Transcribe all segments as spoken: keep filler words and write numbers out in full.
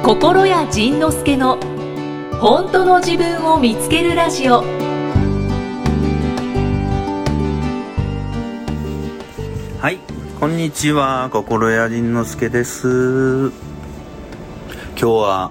心谷仁之助の本当の自分を見つけるラジオ。 はい、こんにちは、心谷仁之助です。今日は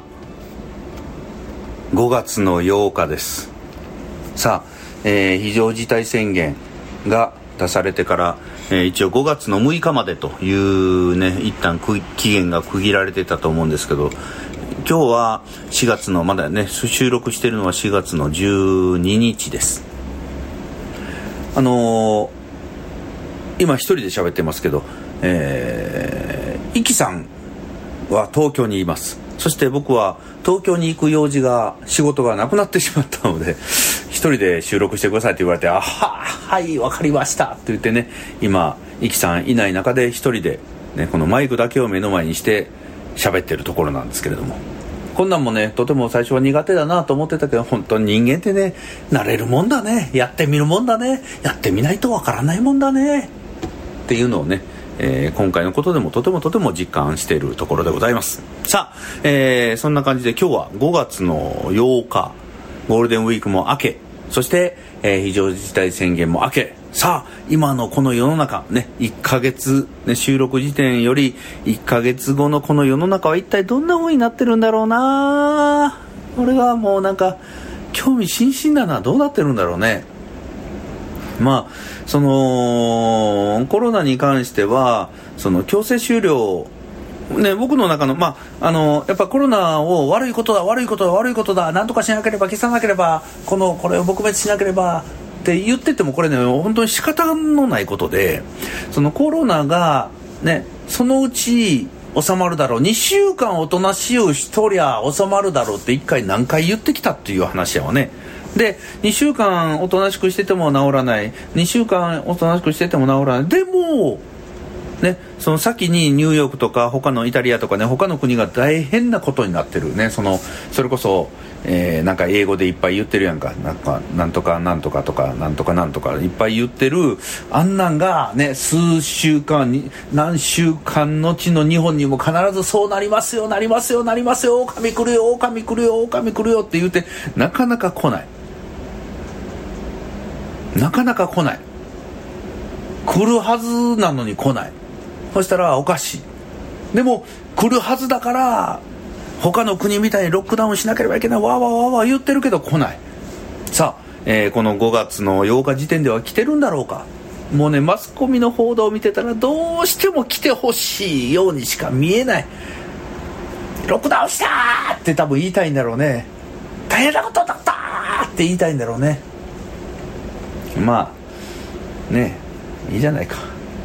ごがつのようかです。さあ、えー、非常事態宣言が出されてから、えー、一応ごがつのむいかまでというね、一旦期限が区切られてたと思うんですけど、今日はしがつの、まだね、収録しているのはしがつのじゅうににちです。あのー、今一人で喋ってますけど、えー、イキさんは東京にいます。そして僕は東京に行く用事が、仕事がなくなってしまったので、一人で収録してくださいって言われて、あははいわかりましたって言ってね、今イキさんいない中で一人で、ね、このマイクだけを目の前にして喋ってるところなんですけれども、こんなんもね、とても最初は苦手だなと思ってたけど、本当に人間ってね、慣れるもんだね、やってみるもんだね、やってみないとわからないもんだねっていうのをね、えー、今回のことでもとてもとても実感しているところでございます。さあ、えー、そんな感じで今日はごがつのようか、ゴールデンウィークも明け、そして、えー、非常事態宣言も明け、さあ今のこの世の中ね、いっかげつ、ね、収録時点よりいっかげつごのこの世の中は一体どんな風になってるんだろうな。俺はもうなんか興味津々だな。どうなってるんだろうね。まあそのコロナに関しては、その強制終了ね、僕の中の、まあ、あのやっぱコロナを悪いことだ悪いことだ悪いことだ、なんとかしなければ消さなければ、このこれを撲滅しなければって言ってても、これね本当に仕方のないことで、そのコロナがね、そのうち収まるだろう、にしゅうかんおとなしゅうしとりゃ収まるだろうって一回何回言ってきたっていう話やわね。でにしゅうかんおとなしくしてても治らない、にしゅうかんおとなしくしてても治らない、でもね、その先にニューヨークとか他のイタリアとかね、他の国が大変なことになってるね。そのそれこそ、えー、なんか英語でいっぱい言ってるやんか、なんかなんとかなんとかとかなんとかなんとかいっぱい言ってる、あんなんがね、数週間に何週間のちの日本にも必ずそうなりますよなりますよなりますよ、狼来るよ狼来るよ狼来るよって言って、なかなか来ないなかなか来ない来るはずなのに来ない。そしたらおかしい。でも来るはずだから他の国みたいにロックダウンしなければいけない、わーわーわーわー言ってるけど来ない。さあ、えー、このごがつのようか時点では来てるんだろうか。もうね、マスコミの報道を見てたらどうしても来てほしいようにしか見えない。ロックダウンしたーって多分言いたいんだろうね。大変なことだったーって言いたいんだろうね。まあね、いいじゃないか。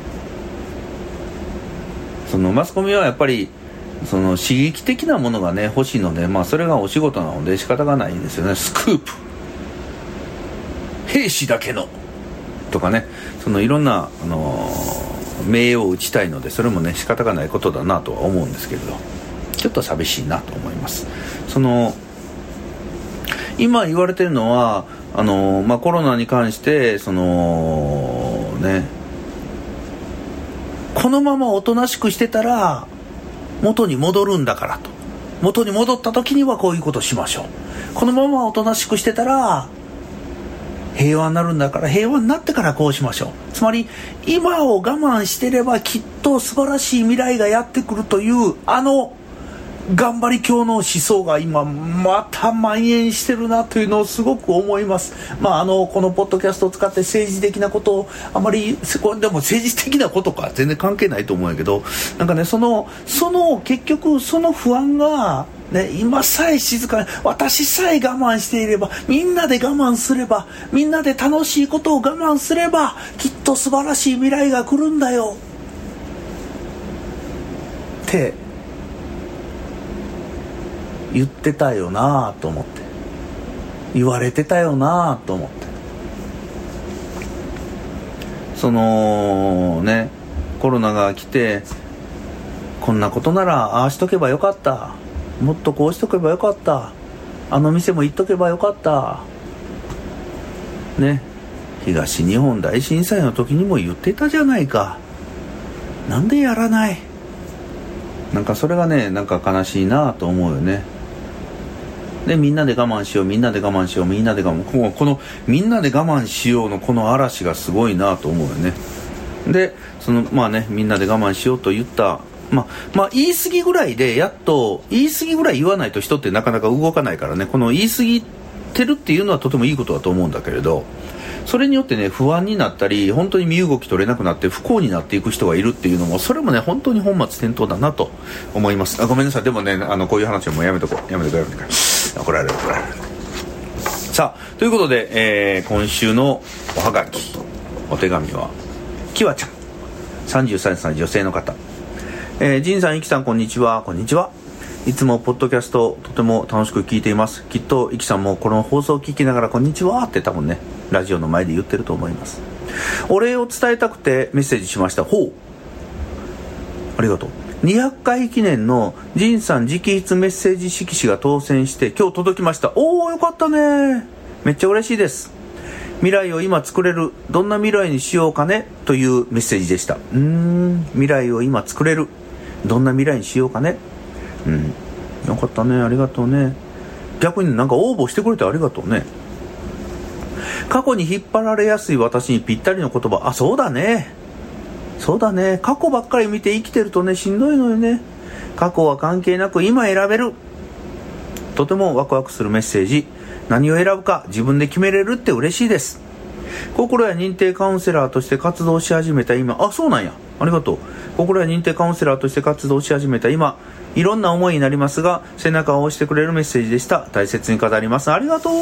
そのマスコミはやっぱりその刺激的なものがね欲しいので、まあそれがお仕事なので仕方がないんですよね。スクープ、兵士だけのとかね、そのいろんな、あのー、名誉を打ちたいので、それもね仕方がないことだなとは思うんですけれど、ちょっと寂しいなと思います。その今言われてるのは、あのーまあ、コロナに関してそのね、このままおとなしくしてたら元に戻るんだからと、元に戻った時にはこういうことをしましょう、このままおとなしくしてたら平和になるんだから平和になってからこうしましょう。つまり今を我慢してればきっと素晴らしい未来がやってくるという、あの頑張り教の思想が今また蔓延してるなというのをすごく思います。まああのこのポッドキャストを使って政治的なことをあまり、これでも政治的なことか全然関係ないと思うんやけど、なんかね、そのその結局その不安がね、今さえ静かに、私さえ我慢していれば、みんなで我慢すれば、みんなで楽しいことを我慢すれば、きっと素晴らしい未来が来るんだよって言ってたよなと思って、言われてたよなと思って、そのね、コロナが来て、こんなことならああしとけばよかった、もっとこうしとけばよかった、あの店も行っとけばよかったね、東日本大震災の時にも言ってたじゃないか。なんでやらないなんかそれがねなんか悲しいなと思うよね。でみんなで我慢しようみんなで我慢しようみんなで我慢、このみんなで我慢しようのこの嵐がすごいなと思うよね。でそのまあねみんなで我慢しようと言ったまあ、まあ言い過ぎぐらいでやっと言い過ぎぐらい言わないと人ってなかなか動かないからね、この言い過ぎてるっていうのはとてもいいことだと思うんだけれど、それによってね不安になったり本当に身動き取れなくなって不幸になっていく人がいるっていうのもそれもね本当に本末転倒だなと思います。あごめんなさい、でもねあのこういう話はもうやめとこうやめとこうやめとこう怒られる怒られる。さあということで、えー、今週のおはがきお手紙はきわちゃんさんじゅうさんさい女性の方、えー、ジンさん、イキさんこんにちは。こんにちは。いつもポッドキャストとても楽しく聞いています。きっとイキさんもこの放送を聞きながらこんにちはって多分ねラジオの前で言ってると思います。お礼を伝えたくてメッセージしました。ほうありがとう。にひゃっかい記念のジンさん直筆メッセージ色紙が当選して今日届きました。おーよかったね、めっちゃ嬉しいです。未来を今作れる、どんな未来にしようかねというメッセージでした。うーん未来を今作れる、どんな未来にしようかね。うんよかったね、ありがとうね。逆になんか応募してくれてありがとうね。過去に引っ張られやすい私にぴったりの言葉。あそうだねそうだね過去ばっかり見て生きてるとねしんどいのよね。過去は関係なく今選べる、とてもワクワクするメッセージ。何を選ぶか自分で決めれるって嬉しいです。心や認定カウンセラーとして活動し始めた今、あそうなんや、ありがとう。心や認定カウンセラーとして活動し始めた今、いろんな思いになりますが背中を押してくれるメッセージでした。大切に語ります。ありがとう。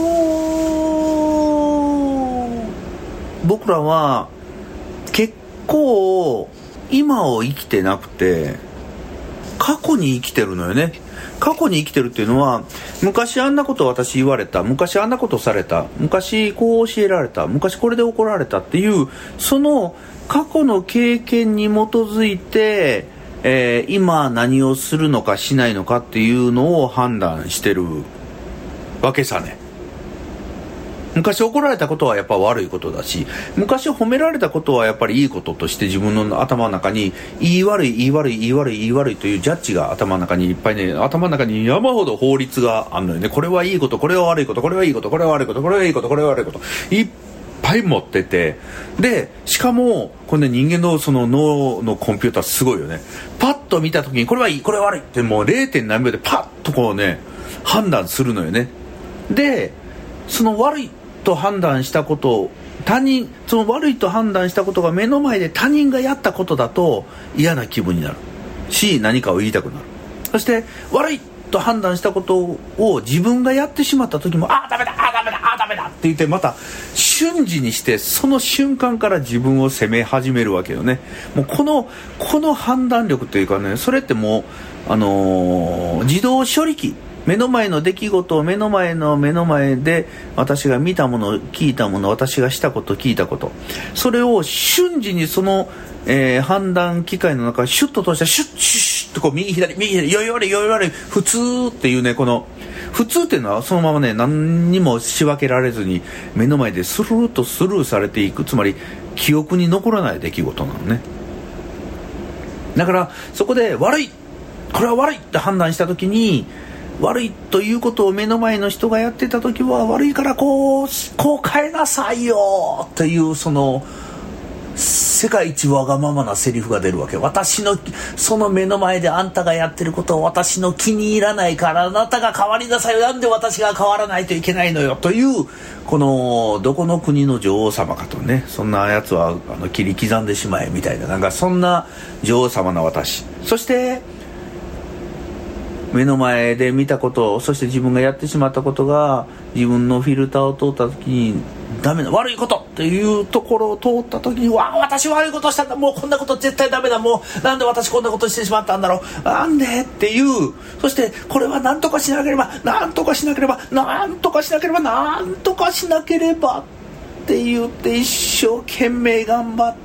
僕らは結構今を生きてなくて過去に生きてるのよね。過去に生きてるっていうのは昔あんなこと私言われた、昔あんなことされた、昔こう教えられた、昔これで怒られたっていうその過去の経験に基づいて、えー、今何をするのかしないのかっていうのを判断してるわけさね。昔怒られたことはやっぱ悪いことだし、昔褒められたことはやっぱりいいこととして自分の頭の中に言い悪い言い悪い言い悪い言い悪いというジャッジが頭の中にいっぱいね、頭の中に山ほど法律があるのよね。これはいいこと、これは悪いこと、これはいいこと、これは悪いこと、これはいいこと、これは悪いこといっぱい持ってて、でしかもこれね人間のその脳のコンピューターすごいよね。パッと見た時にこれはいいこれは悪いってもう ゼロ. 何秒でパッとこうね判断するのよね。でその悪いと判断したことを他人、その悪いと判断したことが目の前で他人がやったことだと嫌な気分になるし何かを言いたくなる。そして悪いと判断したことを自分がやってしまった時もあーダメだあーダメだあーダメだって言ってまた瞬時にしてその瞬間から自分を責め始めるわけよね。もうこのこの判断力というかね、それってもうあのー、自動処理機、目の前の出来事を目の前の目の前で私が見たもの聞いたもの、私がしたこと聞いたこと、それを瞬時にその、えー、判断機械の中にシュッと通したシュッシュッシュッとこう右左右左よい悪いよい悪い普通っていうね、この普通っていうのはそのままね何にも仕分けられずに目の前でスルーッとスルーされていく、つまり記憶に残らない出来事なのね。だからそこで悪い、これは悪いって判断した時に、悪いということを目の前の人がやってた時は悪いからこうこう変えなさいよというその世界一わがままなセリフが出るわけ。私のその目の前であんたがやってることを私の気に入らないからあなたが変わりなさいよ、なんで私が変わらないといけないのよというこのどこの国の女王様かとね、そんなやつはあの切り刻んでしまえみたいな、なんかそんな女王様な私、そして目の前で見たこと、そして自分がやってしまったことが自分のフィルターを通った時にダメな悪いことっていうところを通った時に、わあ私悪いことしたんだ、もうこんなこと絶対ダメだ、もうなんで私こんなことしてしまったんだろう、なんでっていう、そしてこれは何とかしなければ何とかしなければ何とかしなければ何とかしなければって言って一生懸命頑張って、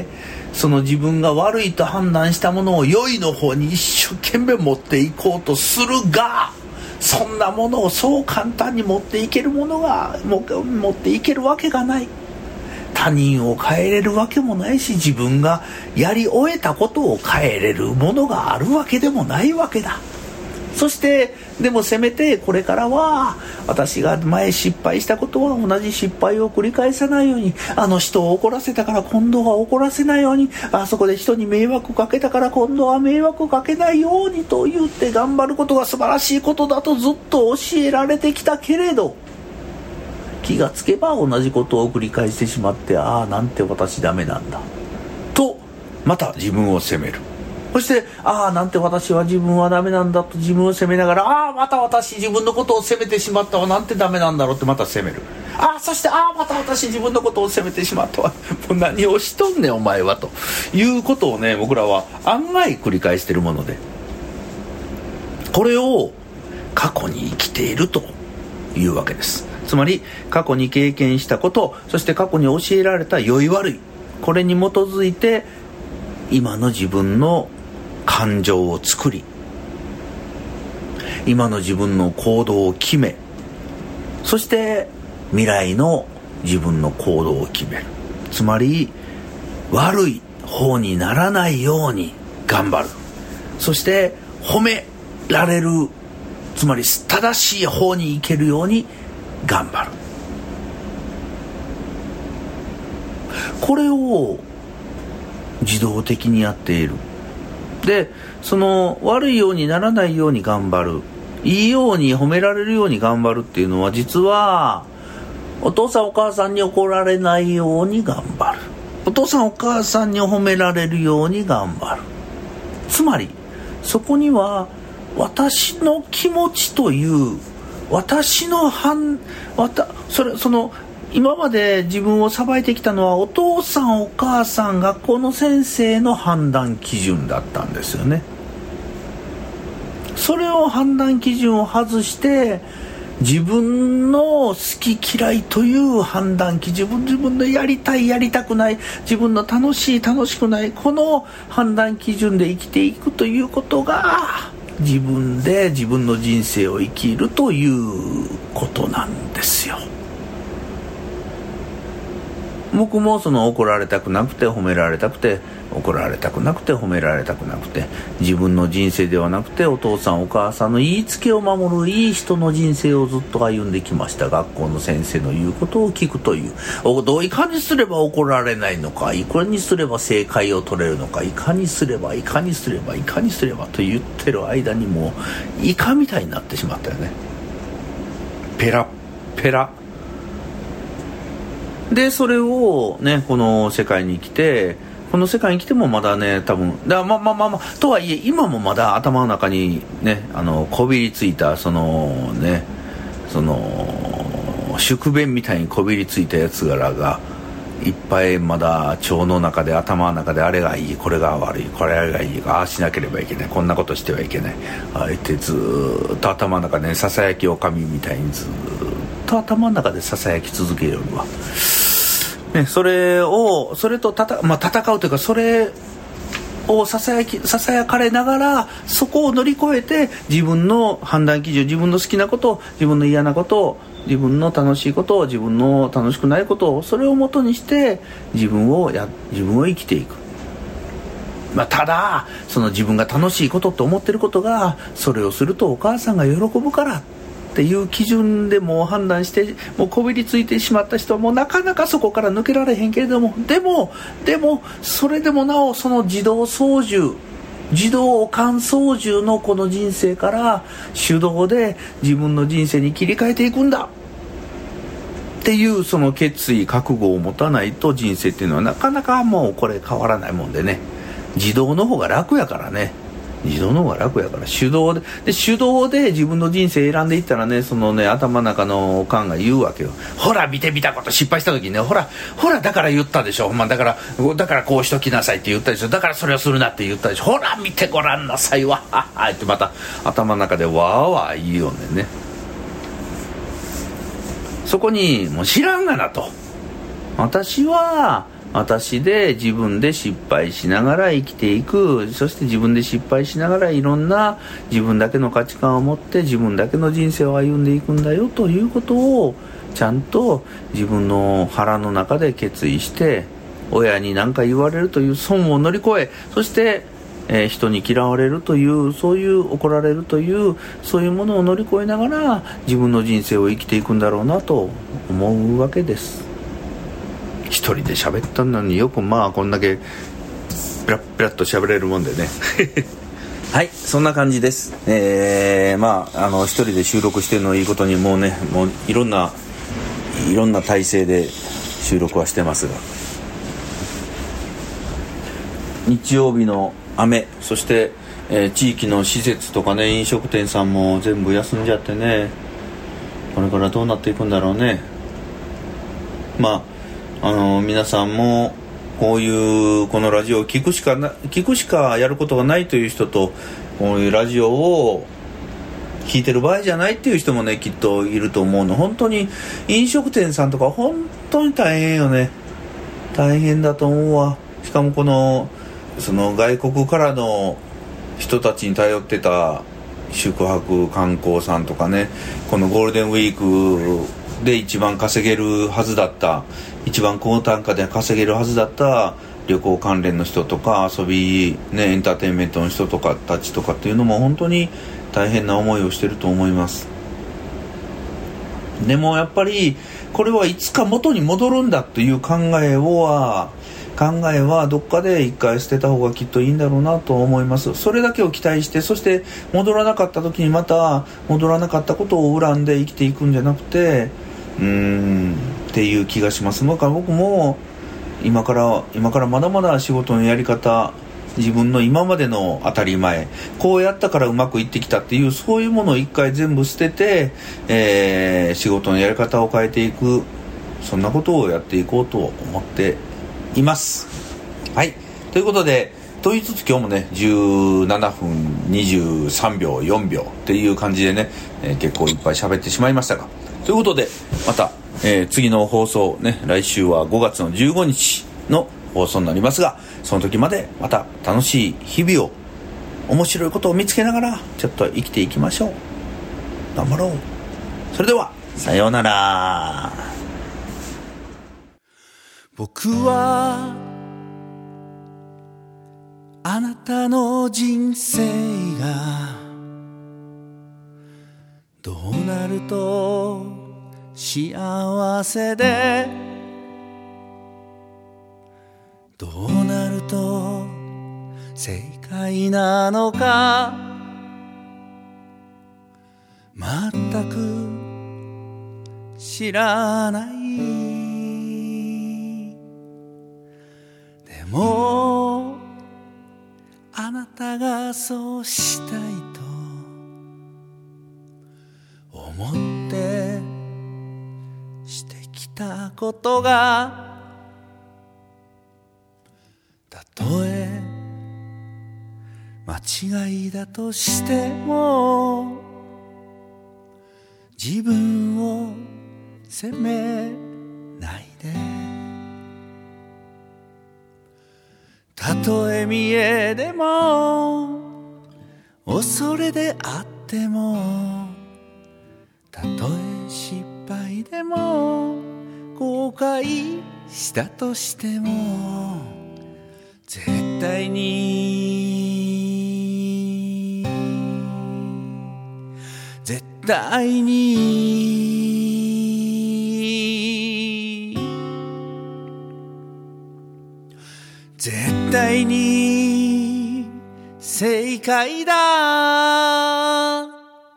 その自分が悪いと判断したものを良いの方に一生懸命持っていこうとするが、そんなものをそう簡単に持っていけるものがも持っていけるわけがない。 他人を変えれるわけもないし、自分がやり終えたことを変えれるものがあるわけでもないわけだ。そしてでもせめてこれからは私が前失敗したことは同じ失敗を繰り返さないように、あの人を怒らせたから今度は怒らせないように、あそこで人に迷惑かけたから今度は迷惑かけないようにと言って頑張ることが素晴らしいことだとずっと教えられてきたけれど、気がつけば同じことを繰り返してしまって、ああなんて私ダメなんだとまた自分を責める。そしてああなんて私は自分はダメなんだと自分を責めながら、ああまた私自分のことを責めてしまったわ、なんてダメなんだろうってまた責める。ああそしてああまた私自分のことを責めてしまったわ、もう何をしとんねんお前はということをね、僕らは案外繰り返しているもので、これを過去に生きているというわけです。つまり過去に経験したこと、そして過去に教えられた良い悪い、これに基づいて今の自分の感情を作り、今の自分の行動を決め、そして未来の自分の行動を決める。つまり悪い方にならないように頑張る。そして褒められる、つまり正しい方に行けるように頑張る。これを自動的にやっている。で、その悪いようにならないように頑張る、いいように褒められるように頑張るっていうのは、実はお父さんお母さんに怒られないように頑張る、お父さんお母さんに褒められるように頑張る。つまりそこには私の気持ちという私の判わたそれその今まで自分を裁いてきたのはお父さんお母さん学校の先生の判断基準だったんですよね。それを判断基準を外して自分の好き嫌いという判断基準、自分のやりたいやりたくない、自分の楽しい楽しくない、この判断基準で生きていくということが自分で自分の人生を生きるということなんですよ。僕もその怒られたくなくて褒められたくて、怒られたくなくて褒められたくなくて、自分の人生ではなくてお父さんお母さんの言いつけを守るいい人の人生をずっと歩んできました。学校の先生の言うことを聞くという、どういかにすれば怒られないのか、いかにすれば正解を取れるのか、いかにすればいかにすればいかにすればと言ってる間にもうイカみたいになってしまったよね。ペラペラで、それをね、この世界に来て、この世界に来てもまだね、多分だまあまあまあまあとはいえ今もまだ頭の中にね、あのこびりついたそのね、その宿便みたいにこびりついたやつらがいっぱいまだ腸の中で、頭の中で、あれがいい、これが悪い、これがいい、ああしなければいけない、こんなことしてはいけない、あえてずーっと頭の中で、ね、ささやきおかみみたいにずーっと頭の中でささやき続けるわ、ね、それをそれとたた、まあ、戦うというか、それをささやきささやかれながら、そこを乗り越えて自分の判断基準、自分の好きなこと、自分の嫌なこと、自分の楽しいこと、自分の楽しくないことを、それを元にして自分をや自分を生きていく。まあ、ただその自分が楽しいことと思ってることが、それをするとお母さんが喜ぶからっていう基準でもう判断して、もうこびりついてしまった人はもうなかなかそこから抜けられへんけれども、でもでもそれでもなお、その自動操縦自動感操縦のこの人生から手動で自分の人生に切り替えていくんだっていう、その決意覚悟を持たないと人生っていうのはなかなかもうこれ変わらないもんでね。自動の方が楽やからね、自動の方が楽やから、手動でで手動で自分の人生選んでいったらね、そのね、頭の中のおかんが言うわけよ。ほら見てみたこと、失敗した時にね、ほらほらだから言ったでしょ、まあ、だからだからこうしときなさいって言ったでしょ、だからそれをするなって言ったでしょ、ほら見てごらんなさいわはってまた頭の中でわーわー言いようねんね。そこにもう知らんがなと、私は私で自分で失敗しながら生きていく、そして自分で失敗しながらいろんな自分だけの価値観を持って自分だけの人生を歩んでいくんだよということをちゃんと自分の腹の中で決意して、親に何か言われるという損を乗り越え、そして、えー、人に嫌われるという、そういう怒られるというそういうものを乗り越えながら自分の人生を生きていくんだろうなと思うわけです。一人で喋ったのによくまあこんだけピラッピラッと喋れるもんでねはい、そんな感じです。えー、まああの一人で収録してるのいいことに、もうね、もういろんないろんな体制で収録はしてますが、日曜日の雨、そして、えー、地域の施設とかね、飲食店さんも全部休んじゃってね、これからどうなっていくんだろうね。まああの皆さんもこういうこのラジオを聞くしかな聞くしかやることがないという人と、こういうラジオを聞いてる場合じゃないっていう人もね、きっといると思うの。本当に飲食店さんとか本当に大変よね。大変だと思うわ。しかもこのその外国からの人たちに頼ってた宿泊観光さんとかね、このゴールデンウィークで一番稼げるはずだった、一番高単価で稼げるはずだった旅行関連の人とか、遊び、ね、エンターテインメントの人とかたちとかっていうのも本当に大変な思いをしてると思います。でもやっぱりこれはいつか元に戻るんだという考えをは考えはどっかで一回捨てた方がきっといいんだろうなと思います。それだけを期待して、そして戻らなかった時にまた戻らなかったことを恨んで生きていくんじゃなくて、うーんっていう気がします。だから僕も今から今からまだまだ仕事のやり方、自分の今までの当たり前、こうやったからうまくいってきたっていう、そういうものを一回全部捨てて、えー、仕事のやり方を変えていく、そんなことをやっていこうと思っています。はい、ということで、と言いつつ今日もねじゅうななふんにじゅうさんびょうよんびょうっていう感じでね、えー、結構いっぱい喋ってしまいましたが、ということでまた、えー、次の放送ね、来週はごがつのじゅうごにちの放送になりますが、その時までまた楽しい日々を、面白いことを見つけながらちょっと生きていきましょう。頑張ろう。それではさようなら。 僕はあなたの人生がどうなると幸せで、どうなると正解なのか全く知らない。でもあなたがそうしたいと思ってしてきたことが、たとえ間違いだとしても自分を責めないで。たとえ見えでも恐れであっても、たとえ失敗でも後悔したとしても、絶対に絶対に絶対に正解だ。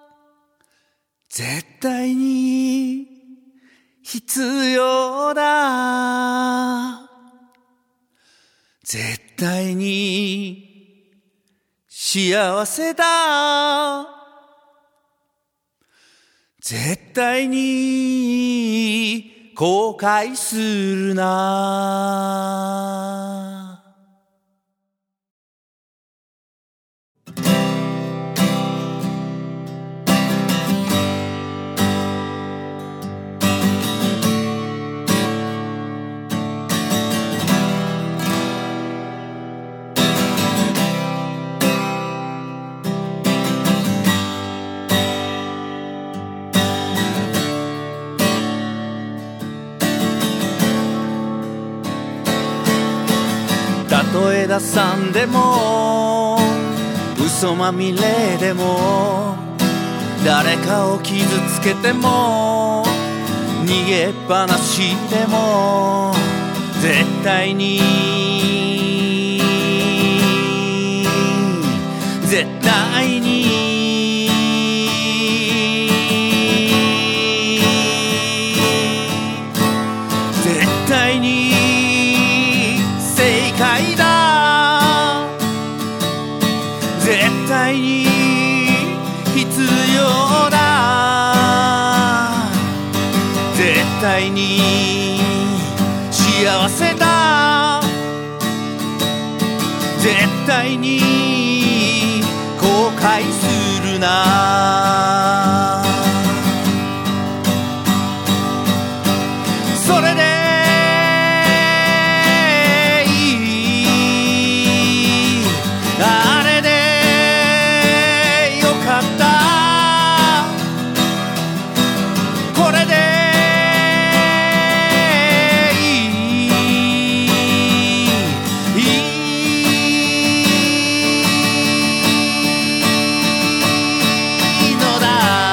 絶対に必要だ。絶対に幸せだ。絶対に後悔するな。 とえ打算でも嘘まみれでも誰かを傷つけても逃げっぱなしでも絶対に絶対に絶対に正解だ絶対に必要だ絶対に幸せだ絶対に後悔するなそれでいいあれでよかったこれでいいいいのだ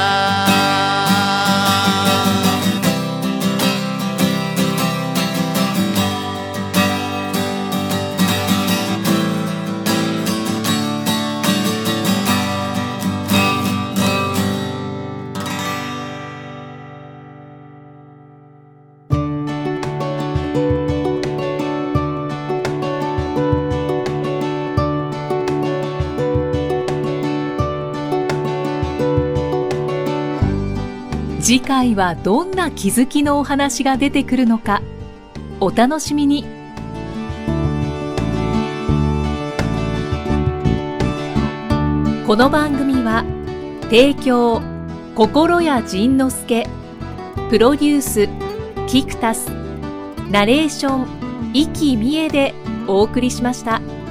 次回はどんな気づきのお話が出てくるのか、お楽しみに。この番組は提供心谷仁之助、プロデュースキクタス、ナレーション生きみえでお送りしました。